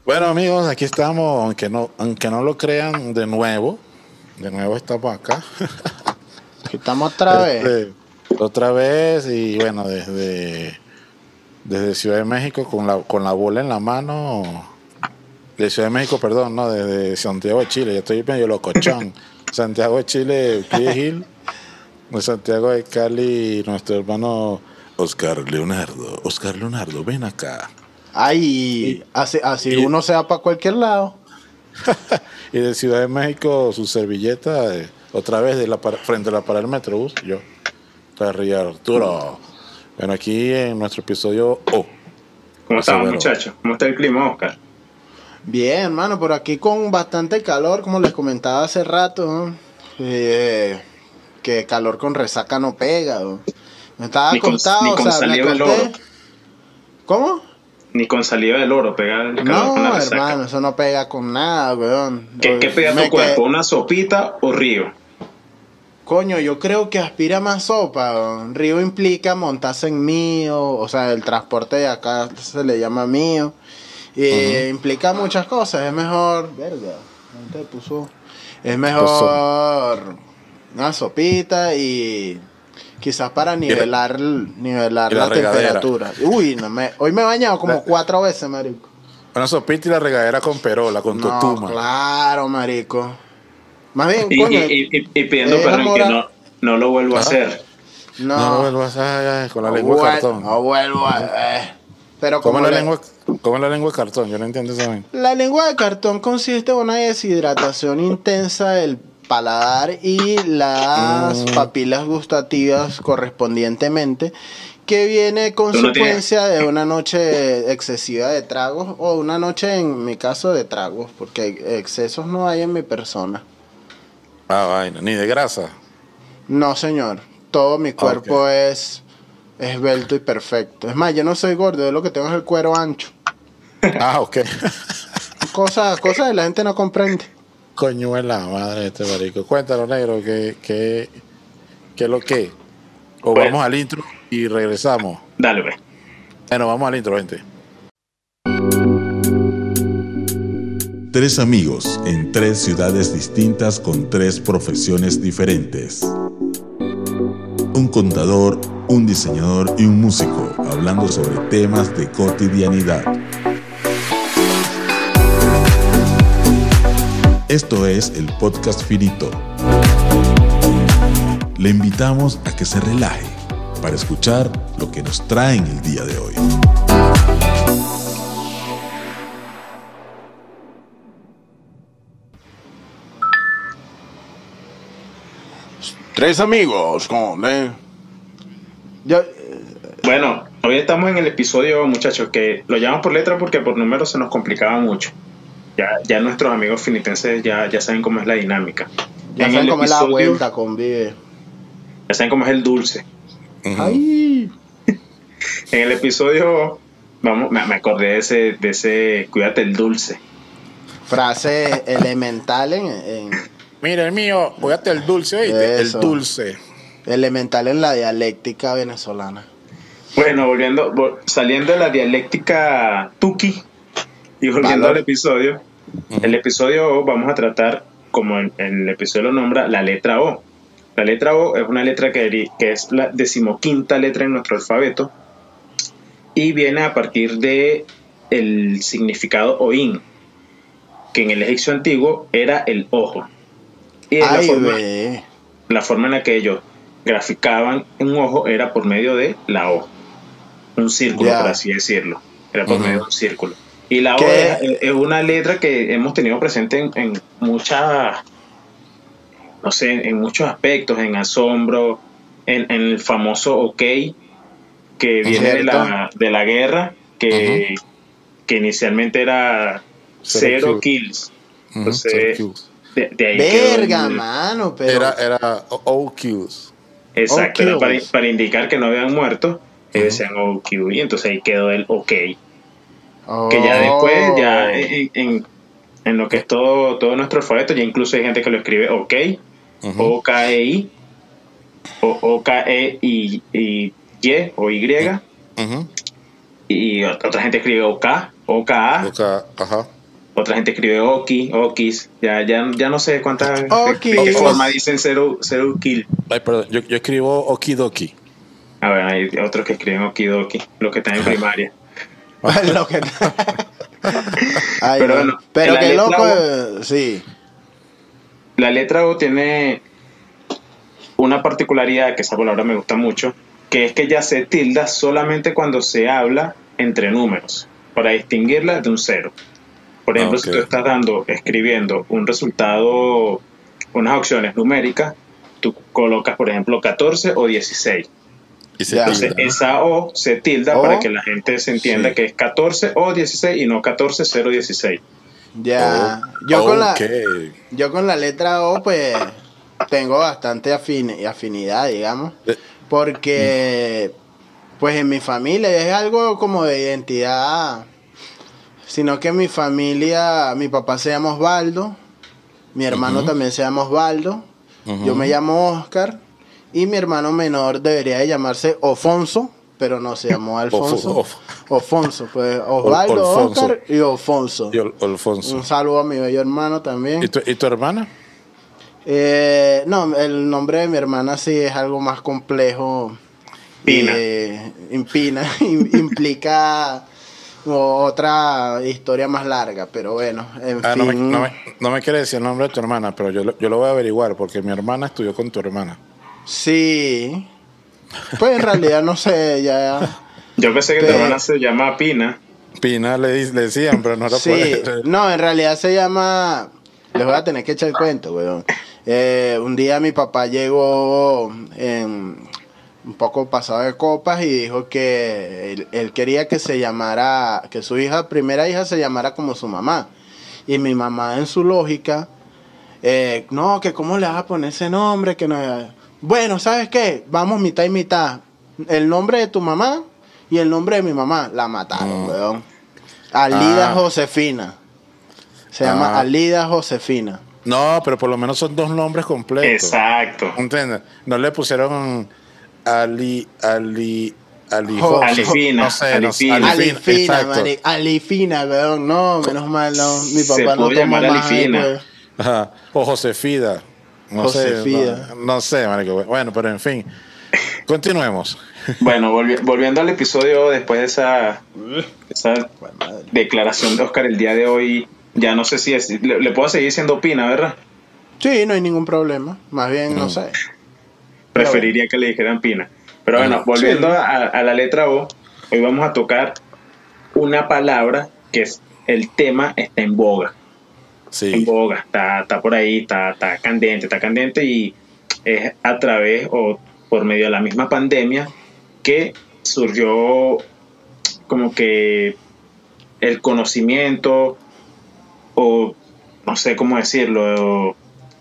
Bueno, amigos, aquí estamos, aunque no lo crean, de nuevo estamos acá. Aquí estamos otra vez. Otra vez y bueno, desde Ciudad de México con la bola en la mano, de Ciudad de México, perdón, no, desde Santiago de Chile, ya estoy medio locochón. Santiago de Chile, Clear Hill, de Santiago de Cali, nuestro hermano Oscar Leonardo, ven acá. Ay, así uno se va para cualquier lado. Y de Ciudad de México, su servilleta, otra vez frente a la parada del Metrobús, yo, Terry Arturo. Bueno, aquí en nuestro episodio ¿Cómo estamos, muchachos? ¿Cómo está el clima, Oscar? Bien, hermano, por aquí con bastante calor, como les comentaba hace rato, ¿no? Que calor con resaca no pega, ¿no? Me estaba acostado, ni con o sea, me saliva del acosté. oro. ¿Cómo? Ni con saliva del oro pega el calor con la No, resaca. hermano, eso no pega con nada, weón. ¿Qué pega tu cuerpo? ¿Una sopita o río? Coño, yo creo que aspira más sopa, weón. Río implica montarse en mío, o sea, el transporte de acá se le llama mío. Y implica muchas cosas, es mejor, verga, ¿dónde te puso? Es mejor una sopita y quizás para nivelar la temperatura. Uy, hoy me he bañado como 4 veces, marico. Una sopita y la regadera con perola, con totuma. Claro, marico. Más bien, y pidiendo perdón que no lo vuelvo a hacer. No lo vuelvas a con la lengua de cartón. No vuelvo a... Pero ¿Cómo es la lengua de cartón? Yo no entiendo eso bien. La lengua de cartón consiste en una deshidratación intensa del paladar y las papilas gustativas correspondientemente, que viene consecuencia de una noche excesiva de tragos, o una noche, en mi caso, de tragos, porque excesos no hay en mi persona. Vaina, ni de grasa. No, señor. Todo mi cuerpo es esbelto y perfecto. Es más, yo no soy gordo, yo lo que tengo es el cuero ancho. Ok. Cosas que la gente no comprende. Coño es la madre de este marico. Cuéntanos, negro, ¿qué es lo que? O bueno, vamos al intro y regresamos. Dale, ve. Bueno, vamos al intro, gente. 3 amigos en 3 ciudades distintas con 3 profesiones diferentes. Un contador, un diseñador y un músico hablando sobre temas de cotidianidad. Esto es el podcast Finito. Le invitamos a que se relaje para escuchar lo que nos traen el día de hoy. Tres amigos con... Bueno, hoy estamos en el episodio, muchachos, que lo llamamos por letra porque por números se nos complicaba mucho. Ya nuestros amigos finitenses ya saben cómo es la dinámica. Ya saben cómo es la vuelta, convive. Ya saben cómo es el dulce. ¡Ay! En el episodio, me acordé de ese cuídate el dulce. Frase elemental en... Mira, el mío, cuídate el dulce, ¿oíste? El dulce. Elemental en la dialéctica venezolana. Bueno, saliendo de la dialéctica tuki y volviendo al episodio. El episodio O vamos a tratar, como el episodio lo nombra, la letra O. La letra O es una letra que es la 15ª letra en nuestro alfabeto y viene a partir de el significado oín, que en el egipcio antiguo era el ojo. Y la forma en la que ellos graficaban un ojo era por medio de la O, un círculo, por así decirlo. Era por medio de un círculo. Y la O es una letra que hemos tenido presente en muchas, no sé, en muchos aspectos, en asombro, en el famoso OK, que viene de la guerra, que inicialmente era 0 kills. Entonces, de ahí verga, mano, pero... Era O-Kills. Exacto, era para indicar que no habían muerto, decían OQ, y entonces ahí quedó el OK. Que ya después, ya en lo que es todo nuestro alfabeto, ya incluso hay gente que lo escribe OK, O-K-E-I, o O-K-E-I, o Y, y otra gente escribe OK, OKA. Ajá. Otra gente escribe Oki, Okis. Ya no sé cuántas Okis. de qué forma dicen Zero Kill. Ay, perdón, yo escribo Okidoki. A ver, hay otros que escriben Okidoki, los que están en primaria. Lo que... Ay, Pero no. bueno, Pero la qué letra loco, O- sí. La letra O tiene una particularidad, que esa palabra me gusta mucho, que es que ya se tilda solamente cuando se habla entre números, para distinguirla de un cero. Por ejemplo, si tú estás escribiendo un resultado, unas opciones numéricas, tú colocas, por ejemplo, 14 o 16. Y se Ya. Entonces, tilda, ¿no? esa O se tilda O, para que la gente se entienda sí. que es 14 o 16 y no 14, 0, 16. Ya. Oh, Yo con la letra O, pues, tengo bastante afinidad, digamos. Porque, pues, en mi familia es algo como de identidad. Sino que en mi familia, mi papá se llama Osvaldo, mi hermano también se llama Osvaldo, yo me llamo Oscar, y mi hermano menor debería de llamarse Ofonso, pero no se llamó Alfonso. Ofonso, pues Osvaldo, Olfonso. Oscar y Ofonso. Y Alfonso. Un saludo a mi bello hermano también. ¿Y tu hermana? No, el nombre de mi hermana sí es algo más complejo. Pina. Implica otra historia más larga, pero bueno, en fin. No me quiere decir el nombre de tu hermana, pero yo lo voy a averiguar porque mi hermana estudió con tu hermana. Sí. Pues en realidad no sé, ya. Yo pensé que tu hermana se llama Pina. Pina le decían, pero no lo Sí, puede. no, en realidad se llama. Les voy a tener que echar el cuento, weón. Un día mi papá llegó un poco pasado de copas y dijo que él quería que se llamara, que su primera hija se llamara como su mamá. Y mi mamá en su lógica, no, que cómo le vas a poner ese nombre, que no. Bueno, ¿sabes qué? Vamos mitad y mitad. El nombre de tu mamá y el nombre de mi mamá. La mataron, weón. Alida Josefina. Se llama Alida Josefina. No, pero por lo menos son dos nombres completos. Exacto. ¿Entiendes? No le pusieron Alifina. Alifina, No sé, Alifina. Alifina, exacto. Alifina, weón. No, menos mal, no. Mi Se papá no puede tomó llamar más ahí, Alifina. pues. Ajá. O Josefida. No Josefida. sé. No sé, marico. Bueno, pero en fin. Continuemos. Bueno, volviendo al episodio después de esa declaración de Oscar el día de hoy, ya no sé si le puedo seguir siendo Pina, ¿verdad? Sí, no hay ningún problema. Más bien, no sé. Preferiría que le dijeran Pina. Pero bueno, volviendo a la letra O, hoy vamos a tocar una palabra que es el tema está en boga. Sí. En boga, está por ahí, está candente y es a través o por medio de la misma pandemia que surgió como que el conocimiento o no sé cómo decirlo,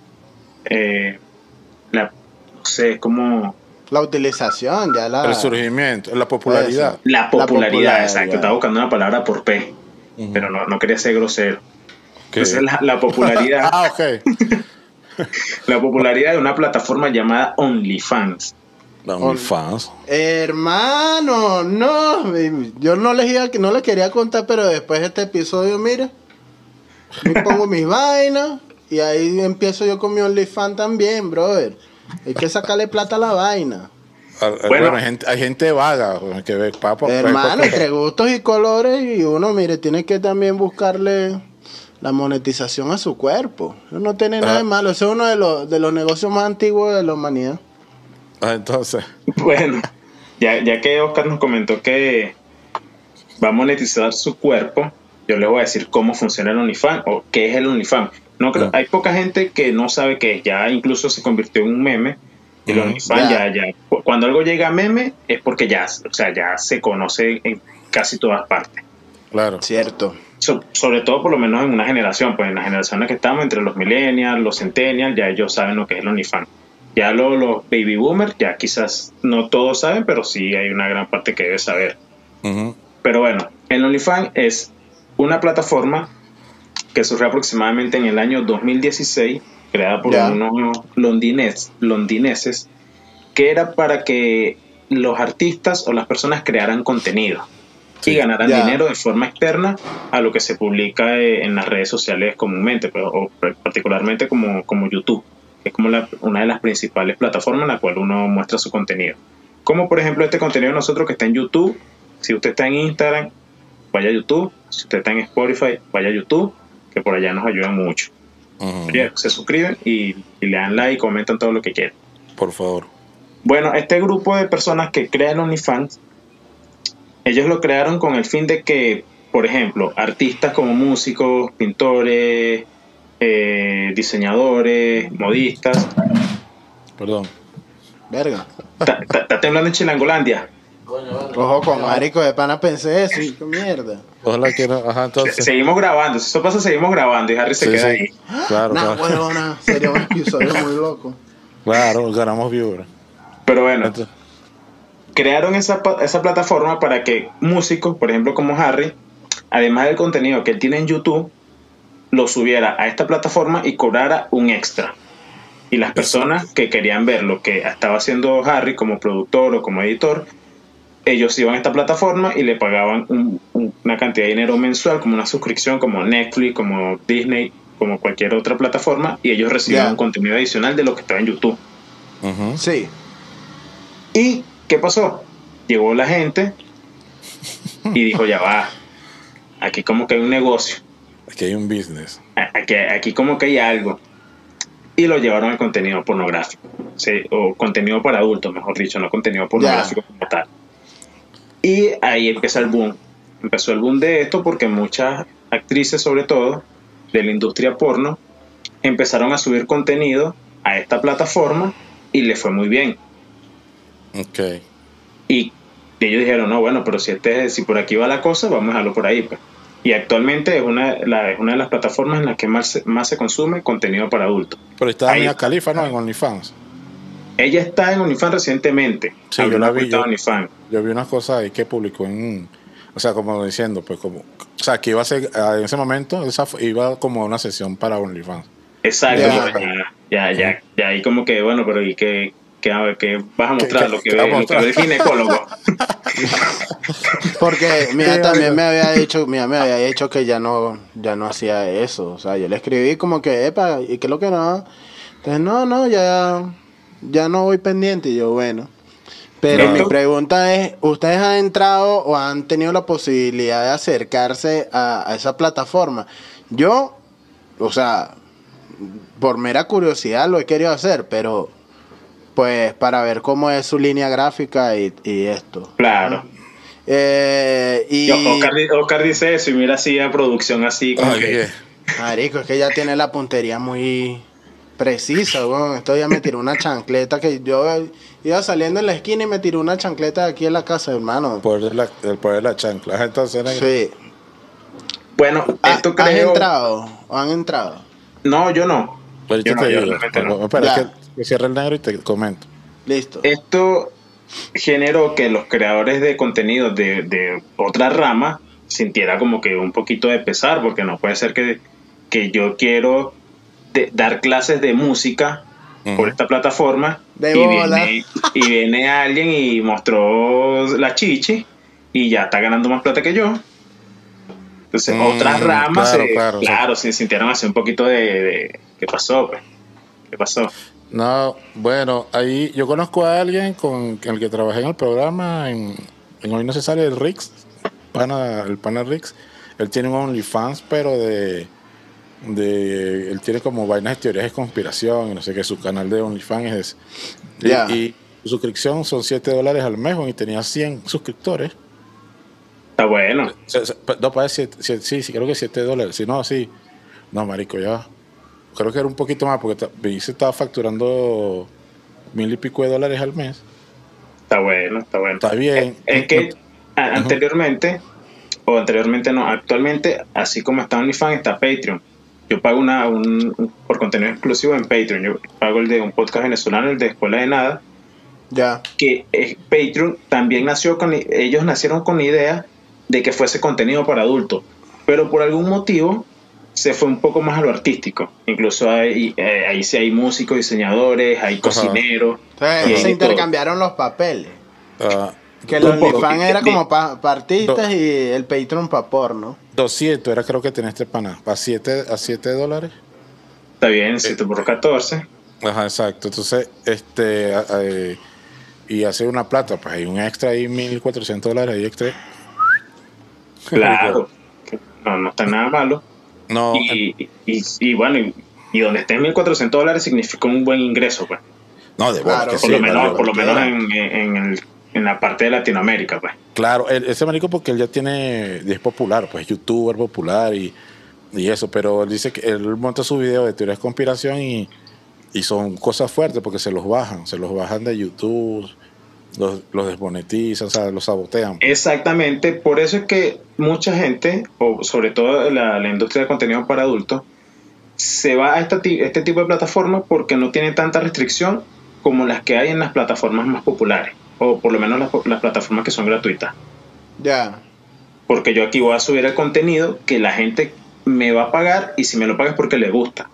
no sé cómo... La utilización, ya la... El surgimiento, la popularidad. La popularidad, exacto. ya. Estaba buscando una palabra por P, pero no quería ser grosero. ¿Qué? Entonces la popularidad... Ok. La popularidad de una plataforma llamada OnlyFans. La OnlyFans. Hermano, no. Yo no les quería contar, pero después de este episodio, mira, me pongo mis vainas y ahí empiezo yo con mi OnlyFans también, brother. Hay que sacarle plata a la vaina. Bueno, hay gente vaga que ve papo. Hermano, entre gustos y colores, y uno, mire, tiene que también buscarle la monetización a su cuerpo. Eso no tiene nada de malo. Eso es uno de los negocios más antiguos de la humanidad. Entonces, bueno, ya que Oscar nos comentó que va a monetizar su cuerpo, yo les voy a decir cómo funciona el OnlyFans o qué es el OnlyFans. No creo, hay poca gente que no sabe qué es. Ya incluso se convirtió en un meme. El OnlyFans ya. Cuando algo llega a meme es porque ya se conoce en casi todas partes. claro. Cierto. Sobre todo por lo menos en una generación, pues en la generación en la que estamos, entre los millennials, los centennials, ya ellos saben lo que es el OnlyFans. Ya los baby boomers, ya quizás no todos saben, pero sí hay una gran parte que debe saber. Pero bueno, el OnlyFans es una plataforma que surgió aproximadamente en el año 2016, creada por unos londineses, que era para que los artistas o las personas crearan contenido. y ganaran dinero de forma externa a lo que se publica en las redes sociales comúnmente, o particularmente como YouTube, que es como una de las principales plataformas en la cual uno muestra su contenido. Como por ejemplo este contenido de nosotros que está en YouTube. Si usted está en Instagram, vaya a YouTube. Si usted está en Spotify, vaya a YouTube, que por allá nos ayudan mucho. Se suscriben y le dan like y comentan todo lo que quieran. Por favor. Bueno, este grupo de personas que crean OnlyFans, ellos lo crearon con el fin de que, por ejemplo, artistas como músicos, pintores, diseñadores, modistas. Perdón. Verga. ¿Está temblando en Chilangolandia? Ojo con marico, de pana pensé eso, y qué mierda. Ojalá que no. Ajá, entonces. Seguimos grabando, si eso pasa seguimos grabando y Harry se queda ahí. Claro, Nah, huevona, sería un episodio muy loco. Claro, ganamos viewers. Pero bueno, crearon esa plataforma para que músicos, por ejemplo como Harry, además del contenido que él tiene en YouTube, lo subiera a esta plataforma y cobrara un extra. Y las personas que querían ver lo que estaba haciendo Harry como productor o como editor, ellos iban a esta plataforma y le pagaban una cantidad de dinero mensual, como una suscripción, como Netflix, como Disney, como cualquier otra plataforma, y ellos recibían un contenido adicional de lo que estaba en YouTube. Sí. ¿Y qué pasó? Llegó la gente y dijo, ya va, aquí como que hay un negocio. Aquí hay un business. Aquí como que hay algo. Y lo llevaron al contenido pornográfico. ¿Sí? O contenido para adultos, mejor dicho, no contenido pornográfico como tal. Y ahí empieza el boom. Empezó el boom de esto porque muchas actrices, sobre todo, de la industria porno, empezaron a subir contenido a esta plataforma y le fue muy bien. Okay. Y ellos dijeron, no, bueno, pero si por aquí va la cosa, vamos a dejarlo por ahí, pues. Y actualmente es una de las plataformas en las que más se consume contenido para adultos. Pero está Mia Khalifa, ¿no? En OnlyFans. Ella está en OnlyFans recientemente. Sí, yo la vi. Yo vi unas cosas ahí que publicó o sea, como diciendo, pues como, o sea, que iba a ser, en ese momento, iba como una sesión para OnlyFans. Exacto. Ya, y como que, bueno, pero ¿y qué vas a mostrar? Lo que ve el ginecólogo. Porque Mía también me había dicho que ya no hacía eso. O sea, yo le escribí como que, epa, ¿y qué es lo que no? Entonces, no, ya no voy pendiente. Y yo, bueno. Pero mi pregunta es, ¿ustedes han entrado o han tenido la posibilidad de acercarse a esa plataforma? Yo, o sea, por mera curiosidad lo he querido hacer, pero pues para ver cómo es su línea gráfica y esto. Claro. Oscar dice eso y mira así a producción así como que... Marico, es que ella tiene la puntería muy precisa, weón. Esto ya me tiró una chancleta que yo iba saliendo en la esquina y me tiró una chancleta aquí en la casa, hermano. El poder de la chancla. Entonces, sí. Bueno, esto creo... ¿Han entrado? No, yo no. Pero yo te digo. Espera, que cierre el negro y te comento. Listo. Esto generó que los creadores de contenido de otra rama sintiera como que un poquito de pesar, porque no puede ser que yo quiero dar clases de música por esta plataforma y viene alguien y mostró la chichi y ya está ganando más plata que yo. Entonces otras ramas claro, se sintieron así un poquito de ¿qué pasó, pues? ¿Qué pasó? No, bueno, ahí yo conozco a alguien con el que trabajé en el programa en Hoy No Se Sale, el Rix, el pana Rix. Él tiene un OnlyFans, pero él tiene como vainas de teorías de conspiración y no sé qué. Su canal de OnlyFans es ese. Y su suscripción son $7 al mes y tenía 100 suscriptores. Está bueno. No, parece sí, creo que $7. Si no, sí. No, marico, ya. Creo que era un poquito más porque se estaba facturando $1,000 y pico al mes. Está bueno. Está bien. Es que anteriormente no, actualmente, así como está OnlyFans, está Patreon. Yo pago por contenido exclusivo en Patreon. Yo pago el de un podcast venezolano, el de Escuela de Nada. Ya. Que Patreon también ellos nacieron con la idea de que fuese contenido para adultos, pero por algún motivo se fue un poco más a lo artístico. Incluso ahí sí hay músicos, diseñadores, hay cocineros. Se intercambiaron los papeles. Que el OnlyFans era como para artistas y el Patreon para porno. 200 era, creo que tenía este pana. A $7. Está bien, 7 por 14. Ajá, exacto. Entonces, y hacer una plata, pues hay un extra ahí, $1,400 ahí extra. Claro. No está nada malo. No. Y bueno, y donde esté $1,400 significa un buen ingreso, pues. No, de verdad. Claro, Que por lo menos en la parte de Latinoamérica, pues. Claro, ese marico porque él ya es popular, pues youtuber popular y eso, pero él dice que él monta su video de teorías de conspiración y son cosas fuertes porque se los bajan de YouTube, los desmonetizan, o sea, los sabotean. Exactamente, por eso es que mucha gente, o sobre todo la industria de contenido para adultos, se va a este tipo de plataformas porque no tiene tanta restricción como las que hay en las plataformas más populares, o por lo menos las plataformas que son gratuitas. Ya. Porque yo aquí voy a subir el contenido que la gente me va a pagar, y si me lo paga es porque le gusta.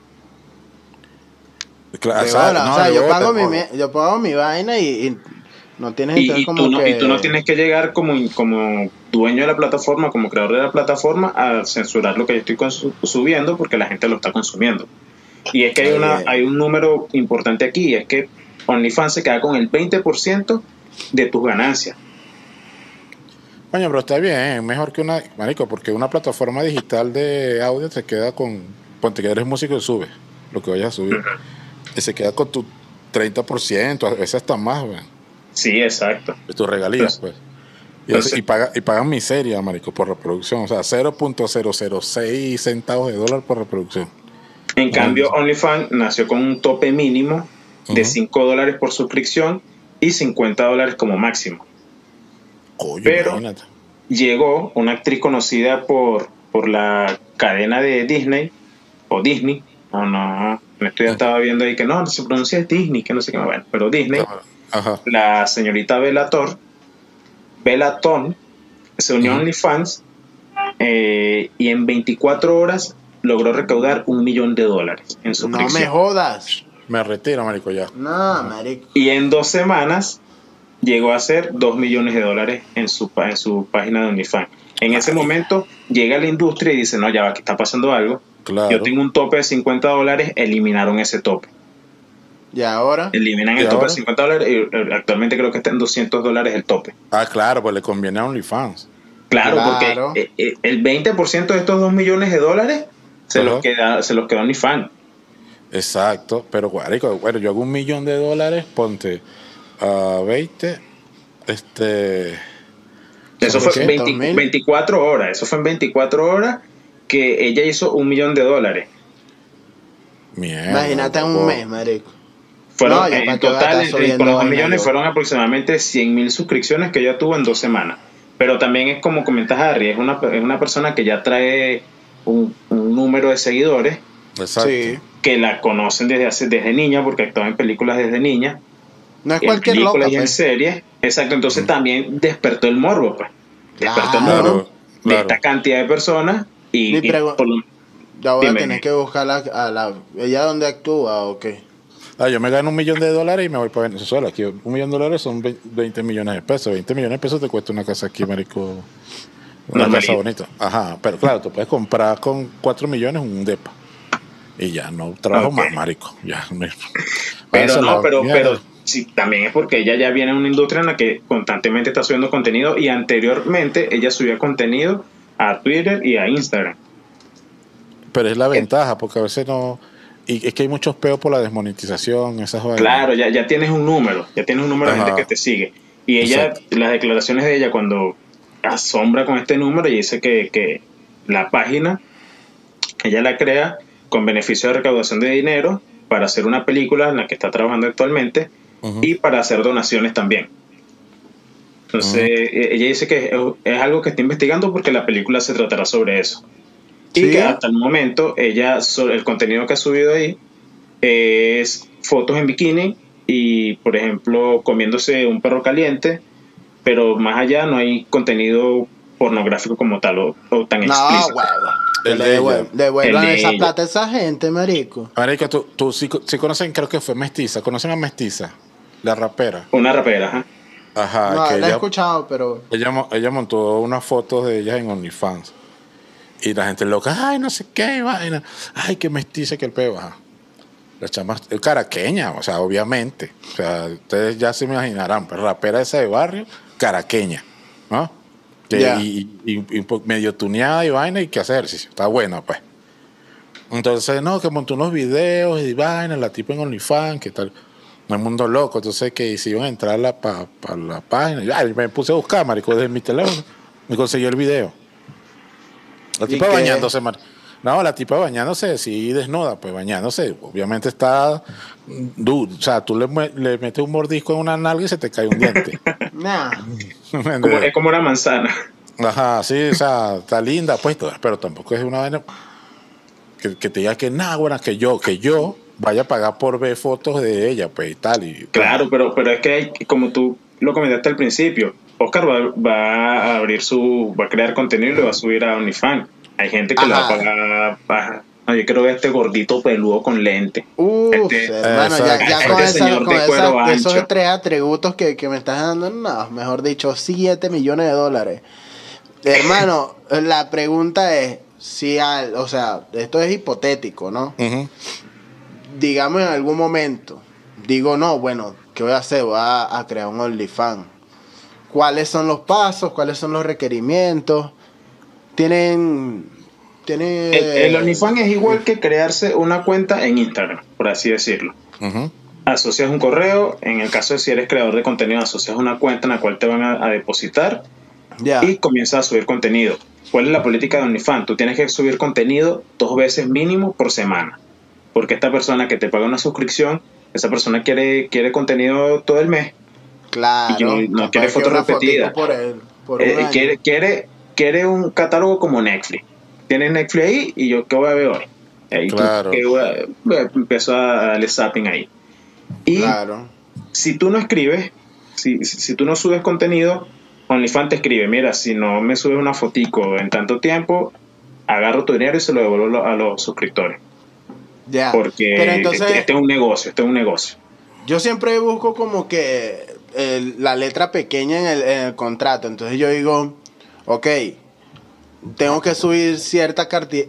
Claro, o sea, yo pago mi vaina y no tienes y tú no tienes que llegar como dueño de la plataforma, como creador de la plataforma, a censurar lo que yo estoy subiendo porque la gente lo está consumiendo. Y es que hay un número importante aquí, y es que OnlyFans se queda con el 20% de tus ganancias. Coño, pero está bien, mejor que marico, porque una plataforma digital de audio te queda con, ponte que eres músico y subes lo que vayas a subir, y se queda con tu 30%, a veces hasta más, güey. Sí, exacto. De tus regalías, pues. Y pagan miseria, marico, por reproducción, o sea, 0.006 centavos de dólar por reproducción. En cambio, OnlyFans nació con un tope mínimo de $5 por suscripción y $50 como máximo. Coño, pero imagínate. Llegó una actriz conocida por la cadena de Disney, o Disney, esto ya estaba viendo ahí que no se pronuncia Disney, que no sé qué, bueno, pero Disney. Ajá. La señorita Bella Thorne se unió a OnlyFans, y en 24 horas logró recaudar $1 millón en suscripción. No me jodas. Me retiro, marico, ya. No, marico. Y en 2 semanas llegó a hacer $2 millones en su página de OnlyFans. En ese momento llega la industria y dice, no, ya va, aquí está pasando algo. Claro. Yo tengo un tope de $50, eliminaron ese tope. ¿Y ahora? Eliminan el tope de $50 y actualmente creo que está en $200 el tope. Ah, claro, pues le conviene a OnlyFans. Claro, porque el 20% de estos $2 millones se los queda OnlyFans. Exacto, pero marico, bueno, yo hago $1 millón, ponte a 20, eso fue 24 horas. Eso fue en 24 horas que ella hizo $1 millón. Mierda. Imagínate en un mes, marico. Fueron, en total, con los 2 millones fueron aproximadamente 100,000 suscripciones que ella tuvo en 2 semanas. Pero también es como comentas, Harry, es una persona que ya trae un número de seguidores. Exacto. Sí. Que la conocen desde niña, porque actuaba en películas desde niña. No es cualquier loca, películas y en pues. series. Exacto, entonces también despertó el morbo, pues. Despertó el morbo de esta cantidad de personas. Ya voy a dime. tener que buscar ella dónde actúa o qué. Yo me gano $1 millón y me voy para Venezuela. Aquí $1 millón son 20 millones de pesos. 20 millones de pesos te cuesta una casa aquí, marico. Una casa bonita. Ajá, pero claro, tú puedes comprar con 4 millones un depa. Y ya no trabajo más, marico. Ya. Pero sí, también es porque ella ya viene en una industria en la que constantemente está subiendo contenido, y anteriormente ella subía contenido a Twitter y a Instagram. Pero es la ventaja, porque a veces no... Y es que hay muchos peos por la desmonetización, esas vainas. Claro, ya tienes un número, de gente que te sigue. Y ella, exacto, las declaraciones de ella cuando asombra con este número, y dice que la página, ella la crea con beneficio de recaudación de dinero para hacer una película en la que está trabajando actualmente, y para hacer donaciones también. Entonces, ella dice que es algo que está investigando porque la película se tratará sobre eso. Y que hasta el momento el contenido que ha subido ahí es fotos en bikini y, por ejemplo, comiéndose un perro caliente, pero más allá no hay contenido pornográfico como tal o tan explícito. Devuelvan esa plata a esa gente, marico. Marico, tú sí conocen, creo que fue Mestiza. ¿Conocen a Mestiza? La rapera. Una rapera, ajá. Ajá, No, que la he ella, escuchado, pero... ella montó unas fotos de ellas en OnlyFans. Y la gente loca, ay, no sé qué, vaina. Ay, que mestiza que el peo. Ajá. La chama es caraqueña, o sea, obviamente. O sea, ustedes ya se imaginarán, pues rapera esa de barrio, caraqueña, ¿no? Ya. Y un medio tuneada y vaina y que hace ejercicio. Está bueno, pues. Entonces, no, que montó unos videos y vaina, la tipa en OnlyFans, que tal. No el mundo loco. Entonces, que si iban a entrar para la página, ya, me puse a buscar, marico, desde mi teléfono. Me consiguió el video. La ¿Y tipa qué? bañándose, no, la tipa bañándose, sí, desnuda, pues bañándose. Obviamente está. O sea, tú le metes un mordisco en una nalga y se te cae un diente. Nah. Es como una manzana. Ajá, sí, o sea, está linda, pues, pero tampoco es una vaina que te diga que nada, bueno, que yo vaya a pagar por ver fotos de ella, pues, y tal. Claro, pero es que como tú lo comentaste al principio, Oscar va a abrir va a crear contenido y lo va a subir a OnlyFans. Hay gente que lo va a pagar. No, yo quiero ver este gordito peludo con lente. Hermano, ya con, señor de cuero esos ancho. 3 atributos que me estás dando, no, mejor dicho, $7 millones. Hermano, la pregunta es, si o sea, esto es hipotético, ¿no? Uh-huh. Digamos en algún momento, digo, no, bueno, ¿qué voy a hacer? Voy a crear un OnlyFans. ¿Cuáles son los pasos? ¿Cuáles son los requerimientos? El OnlyFans es igual que crearse una cuenta en Instagram, por así decirlo. Uh-huh. Asocias un correo, en el caso de si eres creador de contenido, asocias una cuenta en la cual te van a depositar y comienzas a subir contenido. ¿Cuál es la política de OnlyFans? Tú tienes que subir contenido 2 veces mínimo por semana, porque esta persona que te paga una suscripción, esa persona quiere contenido todo el mes. Claro, y no quiere fotos repetidas. Quiere un catálogo como Netflix. Tienes Netflix ahí y yo, ¿qué voy a ver hoy? Ahí claro. Empiezo a darle zapping ahí. Y claro. Si tú no escribes, si tú no subes contenido, OnlyFans te escribe, mira, si no me subes una fotico en tanto tiempo, agarro tu dinero y se lo devuelvo a los suscriptores. Ya. Porque pero entonces, este es un negocio. Yo siempre busco como que la letra pequeña en el contrato. Entonces yo digo, ok, tengo que subir cierta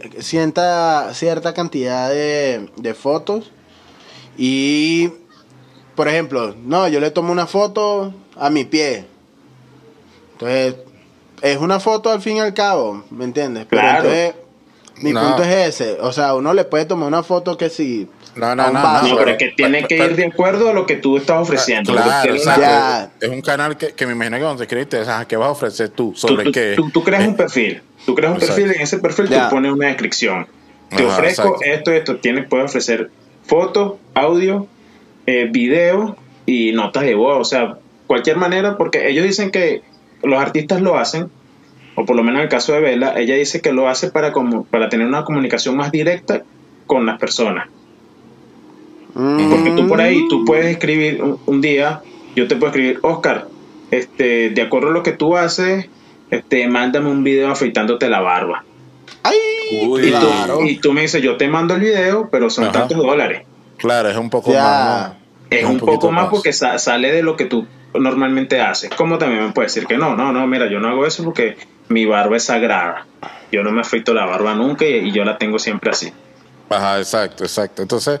cantidad de fotos. Y, por ejemplo, no, yo le tomo una foto a mi pie. Entonces, es una foto al fin y al cabo, ¿me entiendes? Pero claro. entonces, mi punto es ese. O sea, uno le puede tomar una foto que si... No, pero es que tiene que ir de acuerdo a lo que tú estás ofreciendo. Claro, es un canal que me imagino que cuando te escribiste, ¿qué vas a ofrecer tú? ¿Sobre qué? Tú creas un perfil. Tú creas un perfil, en ese perfil tú pones una descripción. Te ofrezco esto, puedes ofrecer fotos, audio, video y notas de voz. O sea, cualquier manera, porque ellos dicen que los artistas lo hacen, o por lo menos en el caso de Bella, ella dice que lo hace para tener una comunicación más directa con las personas. Porque tú por ahí, tú puedes escribir un día, yo te puedo escribir, Oscar, de acuerdo a lo que tú haces, mándame un video afeitándote la barba. ¡Ay! Uy, y tú me dices, yo te mando el video, pero son tantos $. Claro, es un poco más, ¿no? Es un poco más porque sale de lo que tú normalmente haces. Como también me puedes decir que no, mira, yo no hago eso porque mi barba es sagrada. Yo no me afeito la barba nunca y yo la tengo siempre así. Ajá, exacto. Entonces,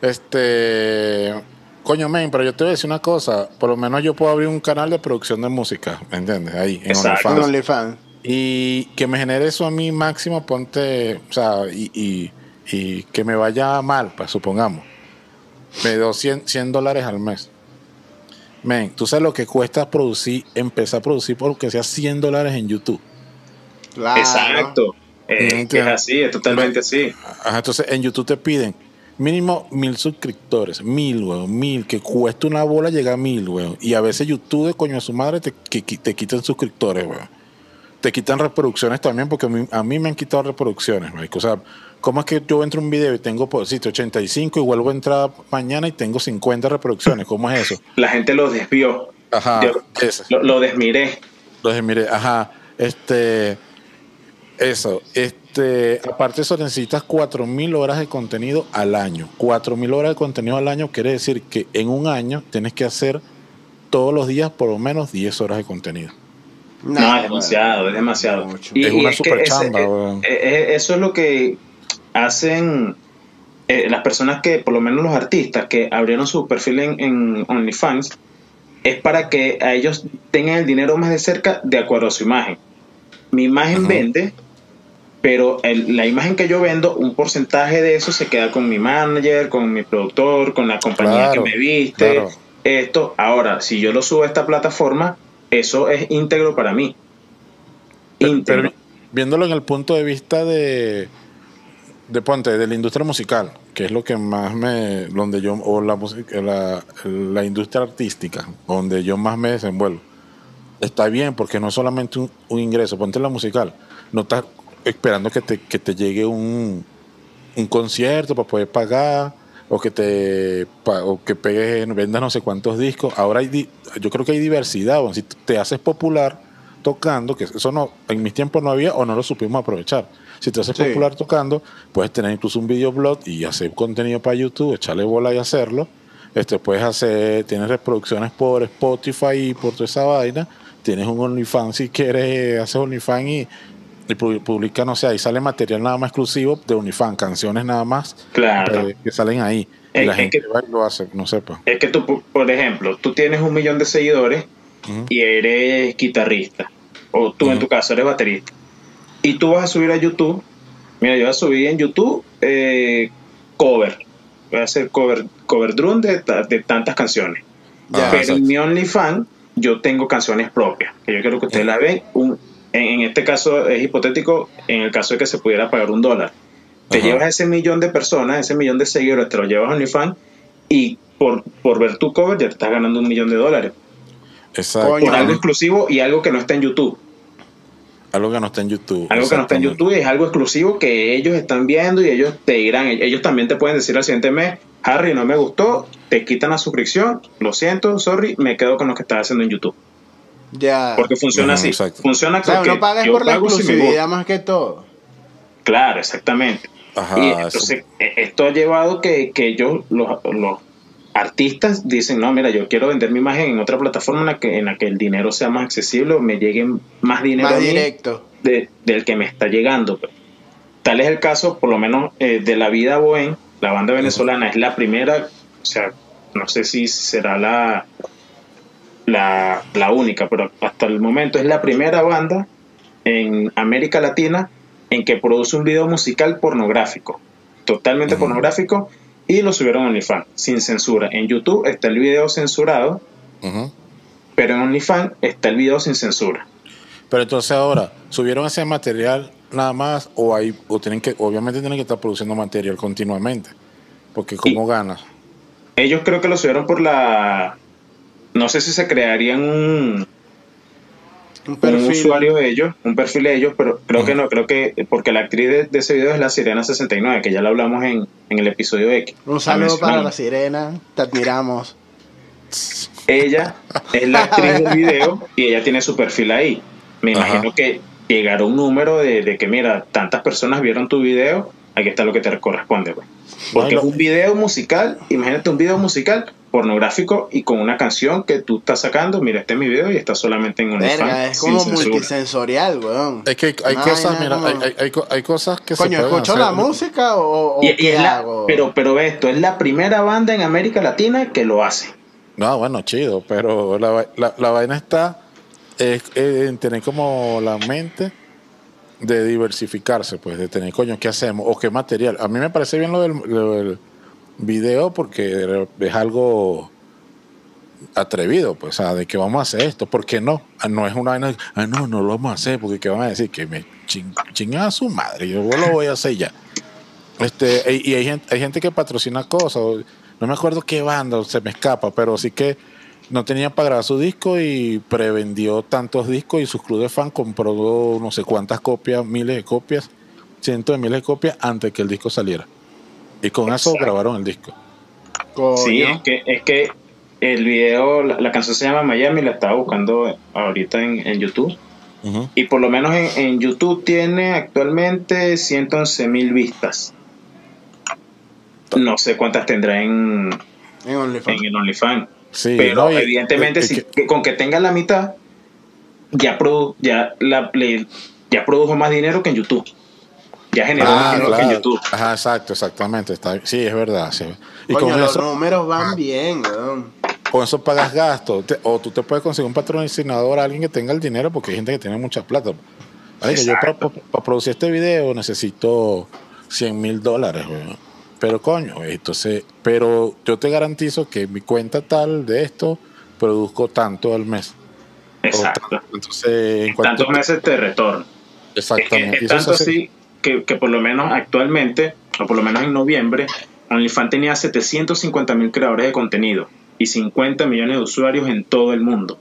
coño, men, pero yo te voy a decir una cosa. Por lo menos yo puedo abrir un canal de producción de música, ¿me entiendes? Ahí, en OnlyFans. Y que me genere eso a mí máximo, ponte, o sea, y que me vaya mal, pues supongamos. Me doy $100 al mes. Men, tú sabes lo que cuesta empezar a producir porque sea $100 en YouTube. Claro. Exacto. Es así, es totalmente así. Ajá, entonces en YouTube te piden mínimo 1000 suscriptores, 1000, weón, 1000, que cuesta una bola llegar a 1000, weón. Y a veces YouTube, de coño de su madre, te quitan suscriptores, weón. Te quitan reproducciones también, porque a mí me han quitado reproducciones, marico. O sea, ¿cómo es que yo entro a un video y tengo, por sitio 85 y vuelvo a entrar mañana y tengo 50 reproducciones? ¿Cómo es eso? La gente lo desvió. Ajá. Lo desmiré. Ajá. Eso. Aparte de eso, necesitas 4000 horas de contenido al año. 4000 horas de contenido al año quiere decir que en un año tienes que hacer todos los días por lo menos 10 horas de contenido. No, es demasiado, es demasiado. Es una super chamba, weón. Eso es lo que hacen las personas que, por lo menos los artistas que abrieron su perfil en OnlyFans, es para que a ellos tengan el dinero más de cerca de acuerdo a su imagen. Mi imagen vende, pero la imagen que yo vendo, un porcentaje de eso se queda con mi manager, con mi productor, con la compañía que me viste. Esto, ahora, si yo lo subo a esta plataforma, eso es íntegro para mí. Pero viéndolo en el punto de vista de ponte, de la industria musical, que es lo que más donde yo, o la música, la industria artística, donde yo más me desenvuelvo, está bien, porque no es solamente un ingreso. Ponte la musical, no estás esperando que te llegue un concierto para poder pagar, o que pegues, vendas no sé cuántos discos. Ahora yo creo que hay diversidad. Bueno, si te haces popular tocando, que eso no, en mis tiempos no había, o no lo supimos aprovechar. Si te haces popular tocando, puedes tener incluso un videoblog y hacer contenido para YouTube, echarle bola y hacerlo. Tienes reproducciones por Spotify y por toda esa vaina. Tienes un OnlyFans si quieres, haces OnlyFans y publica, no sé, ahí sale material nada más exclusivo de OnlyFans, canciones nada más, claro, que salen ahí. Y la gente que va y lo hace, no sepa. Es que tú, por ejemplo, tú tienes 1 millón de seguidores y eres guitarrista, o tú en tu caso eres baterista, y tú vas a subir a YouTube. Mira, yo voy a subir en YouTube cover, voy a hacer cover drum de tantas canciones. Pero en mi OnlyFans yo tengo canciones propias, que yo quiero que ustedes las vean. En este caso es hipotético, en el caso de que se pudiera pagar $1. Te llevas ese 1 millón de personas, ese 1 millón de seguidores, te lo llevas a OnlyFans, y por ver tu cover ya te estás ganando $1 millón. Exacto. Por algo exclusivo y algo que no está en YouTube. Algo que no está en YouTube. Algo que no está en YouTube y es algo exclusivo que ellos están viendo, y ellos te dirán, ellos también te pueden decir al siguiente mes: Harry, no me gustó, te quitan la suscripción, lo siento, sorry, me quedo con lo que estás haciendo en YouTube. Ya. Porque funciona así. Exacto. Funciona, o sea, porque uno paga por la exclusividad más que todo. Claro, exactamente. Y entonces esto ha llevado que ellos, los artistas, dicen: no, mira, yo quiero vender mi imagen en otra plataforma en la que el dinero sea más accesible, o me llegue más dinero más a mí directo del que me está llegando. Tal es el caso, por lo menos, de La Vida Bohem. La banda venezolana es la primera, o sea, no sé si será la única, pero hasta el momento es la primera banda en América Latina en que produce un video musical pornográfico, totalmente pornográfico, y lo subieron a OnlyFans sin censura. En YouTube está el video censurado, pero en OnlyFans está el video sin censura. Pero entonces ahora, ¿subieron ese material nada más, o obviamente tienen que estar produciendo material continuamente? Porque ¿cómo ganas? Ellos creo que lo subieron por no sé si se crearían un usuario de ellos, un perfil de ellos, pero creo que no, creo que porque la actriz de ese video es la Sirena 69, que ya la hablamos en el episodio X. Un saludo para la Sirena, te admiramos. Ella es la actriz del video y ella tiene su perfil ahí. Me imagino que llegará un número de que, mira, tantas personas vieron tu video, aquí está lo que te corresponde, pues. Porque es un video musical, imagínate un video musical pornográfico y con una canción que tú estás sacando. Mira, este es mi video y está solamente en OnlyFans. Es como multisensorial, weón. Es que hay cosas, mira, hay cosas que coño, se pueden ¿escucho hacer. la música o qué hago? Pero esto es la primera banda en América Latina que lo hace. No, bueno, chido, pero la vaina está en tener como la mente de diversificarse, pues, de tener, coño, ¿qué hacemos? O qué material. A mí me parece bien lo del video, porque es algo atrevido, pues, o sea, de que vamos a hacer esto, ¿por qué no? No es una vaina, no lo vamos a hacer, porque ¿qué van a decir? Que me chingan a su madre, yo lo voy a hacer ya. Y hay gente que patrocina cosas, no me acuerdo qué banda, se me escapa, pero sí que no tenía para grabar su disco y prevendió tantos discos, y sus clubes de fan compró no sé cuántas copias, miles de copias, cientos de miles de copias antes que el disco saliera. Y con eso grabaron el disco. Coño. Sí, es que el video, la canción se llama Miami, la estaba buscando ahorita en YouTube. Y por lo menos en YouTube tiene actualmente 111,000 vistas. No sé cuántas tendrá en el OnlyFans. Sí, pero no, evidentemente con que tenga la mitad, ya produjo más dinero que en YouTube. Ya generó más dinero que en YouTube. Ajá, exacto, exactamente. Sí, es verdad. Sí. Y Coño, con los eso, números van bien, weón. con eso pagas gastos. O tú te puedes conseguir un patrocinador, alguien que tenga el dinero, porque hay gente que tiene mucha plata. Vale, que yo para producir este video necesito $100,000, weón. Pero coño, entonces, pero yo te garantizo que mi cuenta tal de esto produzco tanto al mes. Exacto. Entonces, en tantos meses te retorno. Exactamente. Es tanto así que por lo menos actualmente, o por lo menos en noviembre, OnlyFans tenía 750,000 creadores de contenido y 50 millones de usuarios en todo el mundo.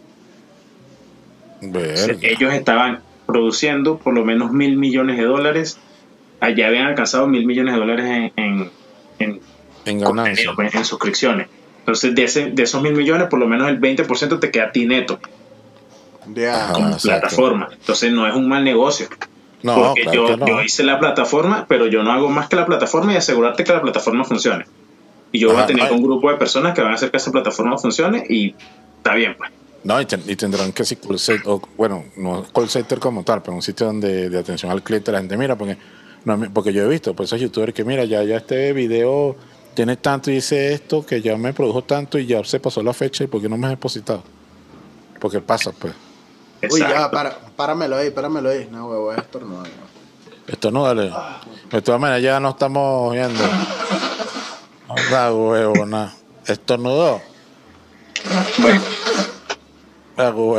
Ellos estaban produciendo por lo menos $1,000 millones. Allá habían alcanzado $1,000 millones en ganancias, en suscripciones. Entonces, de esos $1,000 millones, por lo menos el 20% te queda a ti neto. Como plataforma. Entonces, no es un mal negocio. No, porque claro yo hice la plataforma, pero yo no hago más que la plataforma y asegurarte que la plataforma funcione. Y yo voy a tener un grupo de personas que van a hacer que esa plataforma funcione y está bien, pues. No, y tendrán que call center, bueno, no call center como tal, pero un sitio de atención al cliente, la gente mira, porque yo he visto, pues esos youtubers que mira, ya este video tiene tanto y dice esto, que ya me produjo tanto y ya se pasó la fecha y ¿por qué no me has depositado? Porque pasa, pues. Uy, ya, páramelo ahí. No, huevo, es estornudar. Estornúdale. De todas maneras, ya no estamos viendo. No, huevo, nada. Estornudó. Bueno. Huevo.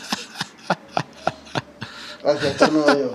Así estornudo yo.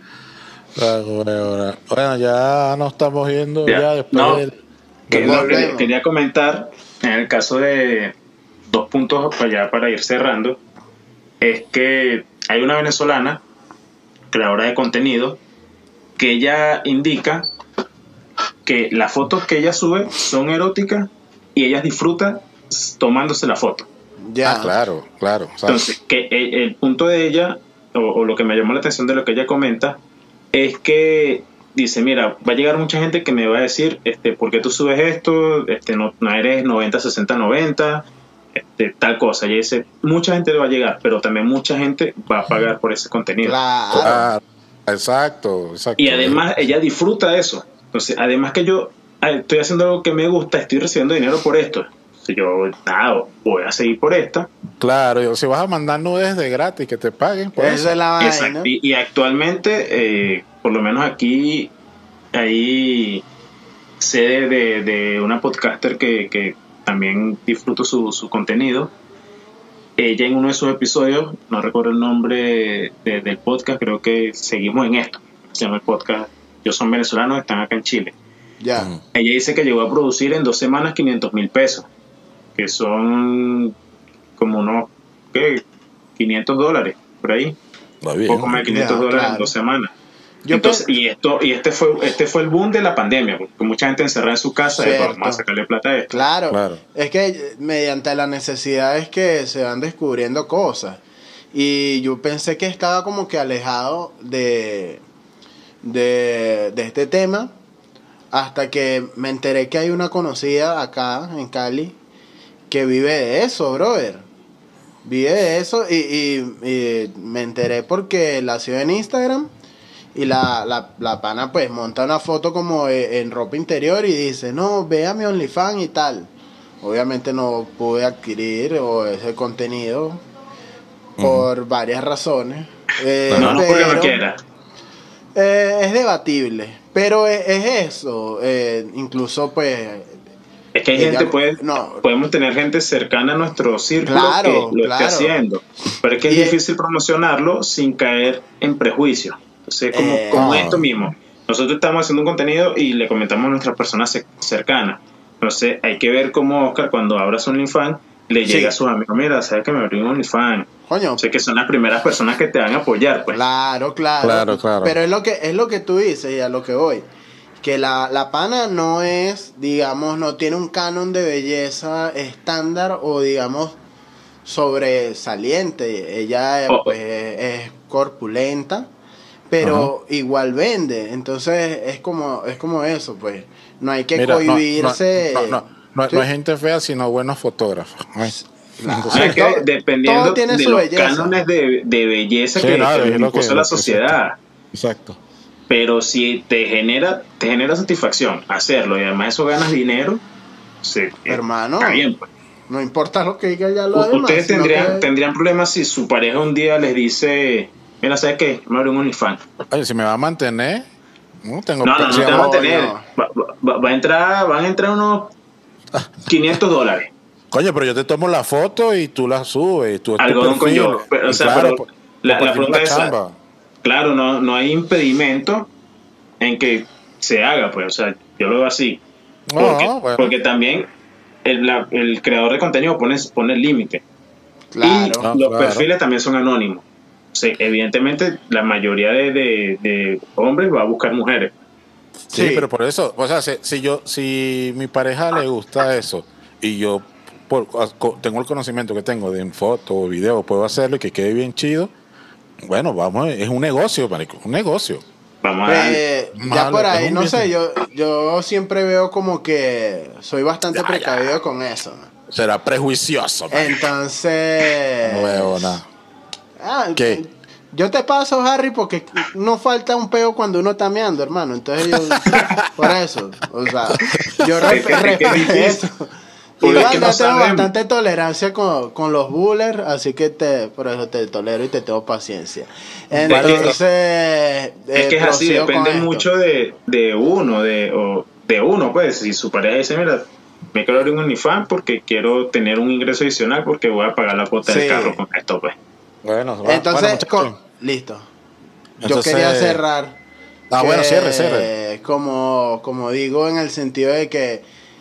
Bueno, ya nos estamos viendo ya después quería comentar en el caso de 2 puntos para ir cerrando, es que hay una venezolana creadora de contenido que ella indica que las fotos que ella sube son eróticas y ella disfruta tomándose la foto. Ya. Claro. Entonces, que el punto de ella, o lo que me llamó la atención de lo que ella comenta, es que dice, mira, va a llegar mucha gente que me va a decir, ¿por qué tú subes esto? No eres 90, 60, 90, tal cosa. Y dice, mucha gente le va a llegar, pero también mucha gente va a pagar por ese contenido. Claro. Exacto. Y además ella disfruta de eso. Entonces, además que yo estoy haciendo algo que me gusta, estoy recibiendo dinero por esto. Entonces yo, nada, voy a seguir por esta. Claro, si vas a mandar nudes de gratis, que te paguen por eso. Esa es la vaina. Y actualmente, por lo menos aquí, hay sede de una podcaster que también disfruto su contenido. Ella en uno de sus episodios, no recuerdo el nombre del podcast, creo que Seguimos en Esto, se llama el podcast. Ellos son venezolanos, están acá en Chile. Ya. Ella dice que llegó a producir en 2 semanas $500,000, que son como unos $500 por ahí. Va bien. Poco más de $500 claro. en 2 semanas. Entonces, este fue el boom de la pandemia, porque mucha gente encerrada en su casa, vamos a sacarle plata a esto. Claro. Es que mediante la necesidad es que se van descubriendo cosas. Y yo pensé que estaba como que alejado de este tema, hasta que me enteré que hay una conocida acá en Cali que vive de eso, brother. Vive de eso y me enteré porque la sigo en Instagram. Y la pana pues monta una foto como en ropa interior y dice, no, ve a mi OnlyFans y tal. Obviamente no pude adquirir ese contenido por varias razones. No porque no quiera. Es debatible, pero es eso. Incluso pues... Es que hay gente, podemos tener gente cercana a nuestro círculo que lo esté haciendo. Pero es que es difícil promocionarlo sin caer en prejuicios. Entonces, como esto mismo, nosotros estamos haciendo un contenido y le comentamos a nuestras personas cercanas. Entonces, hay que ver cómo Oscar, cuando abra su OnlyFans, le llega a sus amigos, mira, ¿sabes que me abrí un OnlyFans? Coño. O sea, que son las primeras personas que te van a apoyar, pues. Claro. Pero es lo que tú dices y a lo que voy. Que la pana no es, digamos, no tiene un canon de belleza estándar o, digamos, sobresaliente. Ella pues es corpulenta, pero igual vende. Entonces es como eso, pues. No hay que cohibirse. no, no hay gente fea, sino buenos fotógrafos. Es que dependiendo de los belleza. cánones de belleza Sí, que no, impuso la sociedad. Exacto. Pero si te genera satisfacción hacerlo y además eso ganas dinero, sí, Hermano, está bien, pues. no importa lo que diga ya lo demás. Ustedes sino tendrían problemas si su pareja un día les dice, mira, ¿sabes qué? Me abro un OnlyFans. Oye, si me va a mantener, no tengo No te va a mantener. no. Van a entrar unos $500. Coño, pero yo te tomo la foto y tú la subes. Tú Algodón con yo. Pero, o sea, claro, pero la pregunta es, chamba. claro, no hay impedimento en que se haga, pues, o sea, yo lo veo así. No, bueno. Porque también el creador de contenido pone el límite. Claro. Y los claro. perfiles también son anónimos. O sea, evidentemente, la mayoría de hombres va a buscar mujeres. Sí, Sí. pero por eso, o sea, si mi pareja le gusta eso y yo tengo el conocimiento que tengo de foto o video, puedo hacerlo y que quede bien chido, bueno, vamos, es un negocio, marico, un negocio. Vamos a Ya Malo, por es ahí, un no sé, business. yo siempre veo como que soy bastante Ya. precavido con eso, ¿no? Será prejuicioso, marico. Entonces... No veo nada. ¿Qué? Yo te paso, Harry, porque no falta un peo cuando uno está meando, hermano. Entonces yo, por eso, o sea, yo respeto eso. Porque Igual es que no yo tengo sabemos. bastante tolerancia con los bullers, así que por eso te tolero y te tengo paciencia. Entonces, es que es así, procedo depende con esto. mucho de uno, pues, si su pareja dice, mira, me quiero abrir un OnlyFans porque quiero tener un ingreso adicional porque voy a pagar la cuota Sí. del carro con esto, pues. Bueno, Entonces, muchachos. listo. Yo Entonces- quería cerrar. Bueno, que, cierre. Como digo, en el sentido de que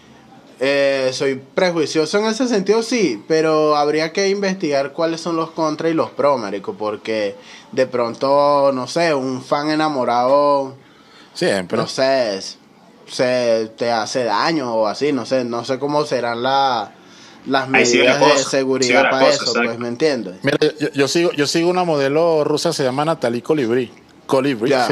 soy prejuicioso en ese sentido, sí, pero habría que investigar cuáles son los contras y los pros, marico, porque de pronto, no sé, un fan enamorado, Siempre. no sé, se te hace daño o así, no sé cómo serán las Ahí sí medidas la de cosa, seguridad sí la para cosa, eso, exacto. pues, ¿me entiendes? Mira, yo sigo una modelo rusa, se llama Natalie Colibri, Ya.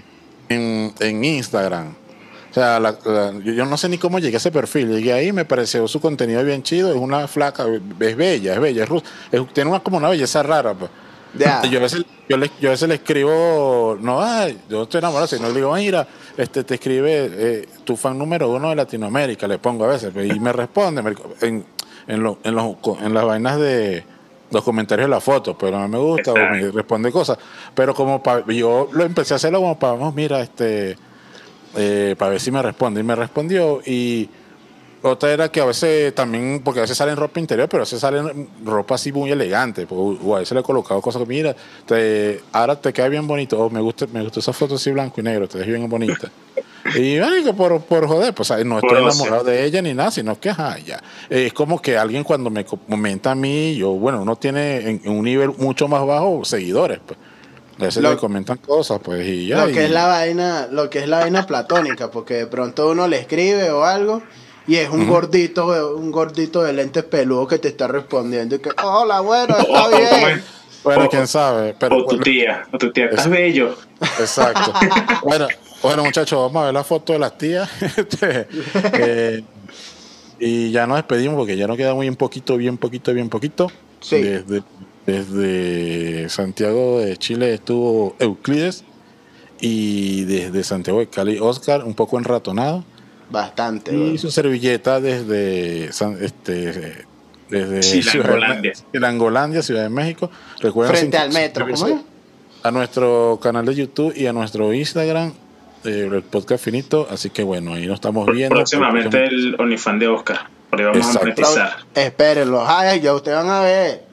en Instagram. O sea, yo no sé ni cómo llegué a ese perfil. Llegué ahí, me pareció su contenido bien chido. Es una flaca, es bella, es rusa. Tiene como una belleza rara. Pues. Ya. Yo a veces le escribo, yo estoy enamorado, sino le digo, mira, te escribe tu fan número 1 de Latinoamérica, le pongo a veces, y me responde en las vainas de los comentarios de la foto, pero no me gusta, o me responde cosas. Pero como yo lo empecé a hacerlo como para, vamos, mira, para ver si me responde, y me respondió. Y otra era que a veces también, porque a veces salen ropa interior, pero a veces salen ropa así muy elegante, o a veces le he colocado cosas que, mira, ahora te queda bien bonito, o me gusta esa foto así blanco y negro, te ves bien bonita. Y bueno, por joder, pues no estoy enamorado de ella ni nada, sino que ya. Es como que alguien cuando me comenta a mí, uno tiene en un nivel mucho más bajo seguidores, pues. A veces le comentan cosas, pues, y ya. Lo que es la vaina platónica, porque de pronto uno le escribe o algo y es un gordito de lentes peludos que te está respondiendo y que, hola, bueno, está bien. Bueno, quién sabe. Pero, o tu tía, estás bello. Exacto. Bueno, muchachos, vamos a ver la foto de las tías. Y ya nos despedimos porque ya nos queda bien poquito. Sí. Desde Santiago de Chile estuvo Euclides y desde Santiago de Cali Oscar, un poco enratonado. Bastante. Y Bueno. su servilleta desde Chilangolandia, Ciudad de México. Recuerden Frente al metro, ¿cómo es? a nuestro canal de YouTube y a nuestro Instagram, el podcast finito. Así que bueno, ahí nos estamos viendo. Próximamente el OnlyFans de Oscar. Por ahí vamos a monetizar. Espérenlo, ay, ya ustedes van a ver.